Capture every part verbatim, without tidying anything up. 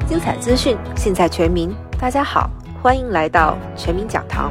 精彩资讯，尽在全民。大家好，欢迎来到全民讲堂。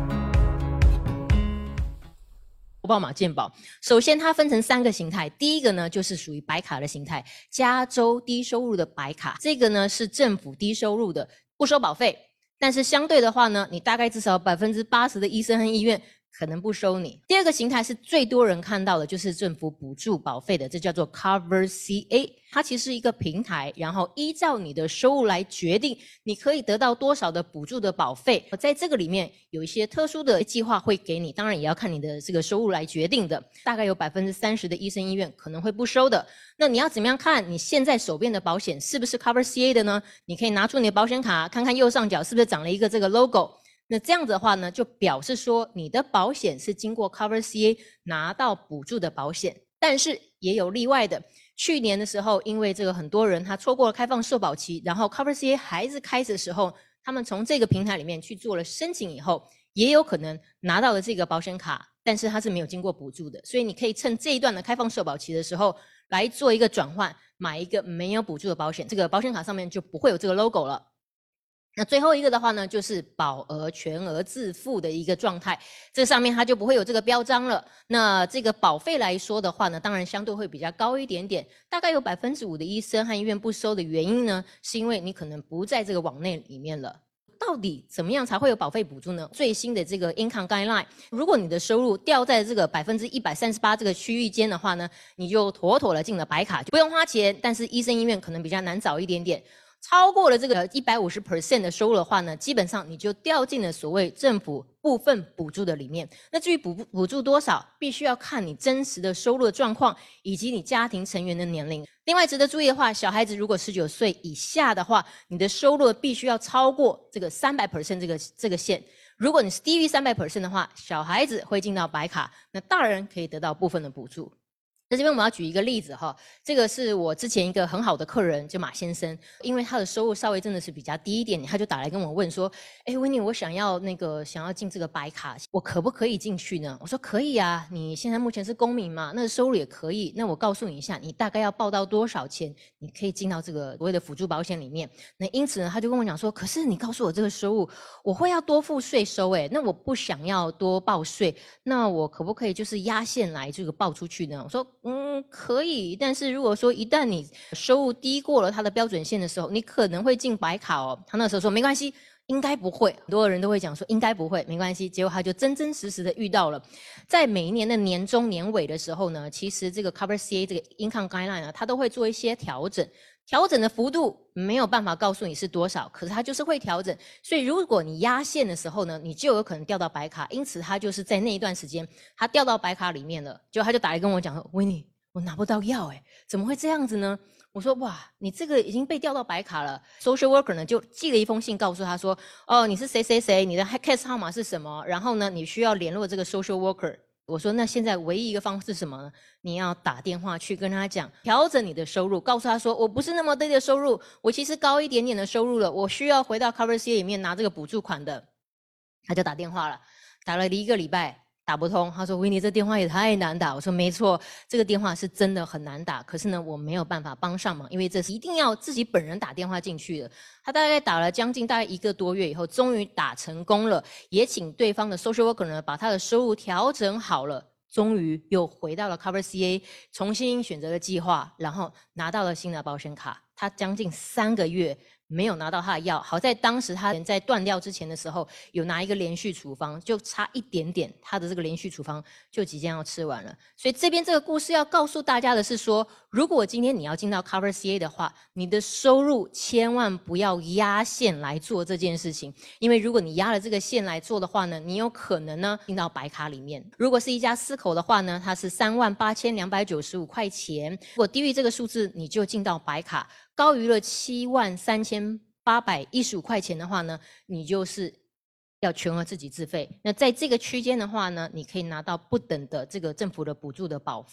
欧巴马健保，首先它分成三个形态，第一个呢就是属于白卡的形态，加州低收入的白卡，这个呢是政府低收入的，不收保费，但是相对的话呢，你大概至少 百分之八十 的医生和医院可能不收你。第二个形态是最多人看到的，就是政府补助保费的，这叫做 Cover C A， 它其实是一个平台，然后依照你的收入来决定你可以得到多少的补助的保费。在这个里面有一些特殊的计划会给你，当然也要看你的这个收入来决定的，大概有 百分之三十 的医生医院可能会不收的。那你要怎么样看你现在手边的保险是不是 Cover C A 的呢？你可以拿出你的保险卡，看看右上角是不是长了一个这个 logo，那这样子的话呢，就表示说你的保险是经过 Cover C A 拿到补助的保险，但是也有例外的。去年的时候，因为这个很多人他错过了开放受保期，然后 Cover C A 还是开始的时候，他们从这个平台里面去做了申请以后，也有可能拿到了这个保险卡，但是它是没有经过补助的，所以你可以趁这一段的开放受保期的时候来做一个转换，买一个没有补助的保险，这个保险卡上面就不会有这个 logo 了。那最后一个的话呢，就是保额全额自付的一个状态，这上面它就不会有这个标章了。那这个保费来说的话呢，当然相对会比较高一点点，大概有 百分之五 的医生和医院不收的原因呢，是因为你可能不在这个网内里面了。到底怎么样才会有保费补助呢？最新的这个 Income Guideline， 如果你的收入掉在这个 百分之一百三十八 这个区域间的话呢，你就妥妥的进了白卡，就不用花钱，但是医生医院可能比较难找一点点。超过了这个 百分之一百五十 的收入的话呢，基本上你就掉进了所谓政府部分补助的里面。那至于补补助多少，必须要看你真实的收入的状况以及你家庭成员的年龄。另外值得注意的话，小孩子如果十九岁以下的话，你的收入必须要超过这个 百分之三百 这个这个线。如果你是低于 百分之三百 的话，小孩子会进到白卡，那大人可以得到部分的补助。在这边我们要举一个例子哈，这个是我之前一个很好的客人，就马先生，因为他的收入稍微真的是比较低一点，他就打来跟我问说，哎 ，Winnie， 我想要那个想要进这个白卡，我可不可以进去呢？我说可以啊，你现在目前是公民嘛，那个收入也可以。那我告诉你一下，你大概要报到多少钱，你可以进到这个所谓的辅助保险里面。那因此呢，他就跟我讲说，可是你告诉我这个收入，我会要多付税收诶，那我不想要多报税，那我可不可以就是压线来这个报出去呢？我说嗯，可以，但是如果说一旦你收入低过了它的标准线的时候，你可能会进白卡哦。他那时候说没关系，应该不会，很多人都会讲说应该不会，没关系。结果他就真真实实的遇到了，在每一年的年中年尾的时候呢，其实这个 Cover C A 这个 Income Guideline 啊，它都会做一些调整。调整的幅度没有办法告诉你是多少，可是它就是会调整。所以如果你压线的时候呢，你就有可能掉到白卡。因此他就是在那一段时间，他掉到白卡里面了。结果他就打来跟我讲说 ，Winnie， 我拿不到药诶，怎么会这样子呢？我说哇，你这个已经被调到白卡了。Social worker 呢就寄了一封信告诉他说，哦，你是谁谁谁，你的 case 号码是什么？然后呢，你需要联络这个 social worker。我说那现在唯一一个方式是什么呢？你要打电话去跟他讲，调整你的收入，告诉他说我不是那么低的收入，我其实高一点点的收入了，我需要回到 Cover C A 里面拿这个补助款的。他就打电话了，打了一个礼拜打不通，他说 Winnie 这电话也太难打。我说没错，这个电话是真的很难打，可是呢我没有办法帮上忙，因为这是一定要自己本人打电话进去的。他大概打了将近大概一个多月以后，终于打成功了，也请对方的 social worker 呢把他的收入调整好了，终于又回到了 Cover C A， 重新选择了计划，然后拿到了新的保险卡。他将近三个月没有拿到他的药，好在当时他在断掉之前的时候有拿一个连续处方，就差一点点，他的这个连续处方就即将要吃完了。所以这边这个故事要告诉大家的是说，如果今天你要进到 Cover C A 的话，你的收入千万不要压线来做这件事情，因为如果你压了这个线来做的话呢，你有可能呢进到白卡里面。如果是一家四口的话呢，它是三万八千两百九十五块钱，如果低于这个数字，你就进到白卡。高于了七万三千八百一十五块钱的话呢，你就是要全额自己自费。那在这个区间的话呢，你可以拿到不等的这个政府的补助的保费。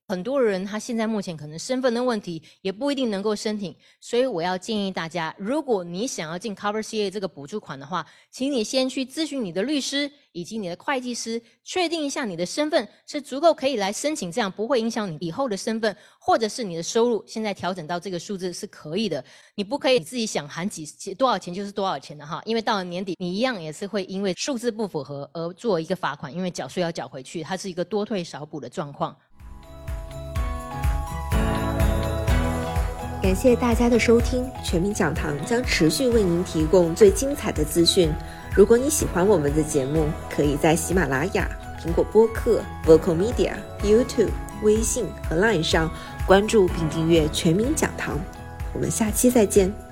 很多人他现在目前可能身份的问题也不一定能够申请，所以我要建议大家，如果你想要进 Cover C A 这个补助款的话，请你先去咨询你的律师以及你的会计师，确定一下你的身份是足够可以来申请，这样不会影响你以后的身份，或者是你的收入现在调整到这个数字是可以的。你不可以自己想含几多少钱就是多少钱的哈，因为到了年底你一样也是会因为数字不符合而做一个罚款，因为缴税要缴回去，它是一个多退少补的状况。 感谢大家的收听，全民讲堂将持续为您提供最精彩的资讯。如果你喜欢我们的节目，可以在喜马拉雅、苹果播客、Vocal Media、YouTube、微信和 Line 上关注并订阅全民讲堂。我们下期再见。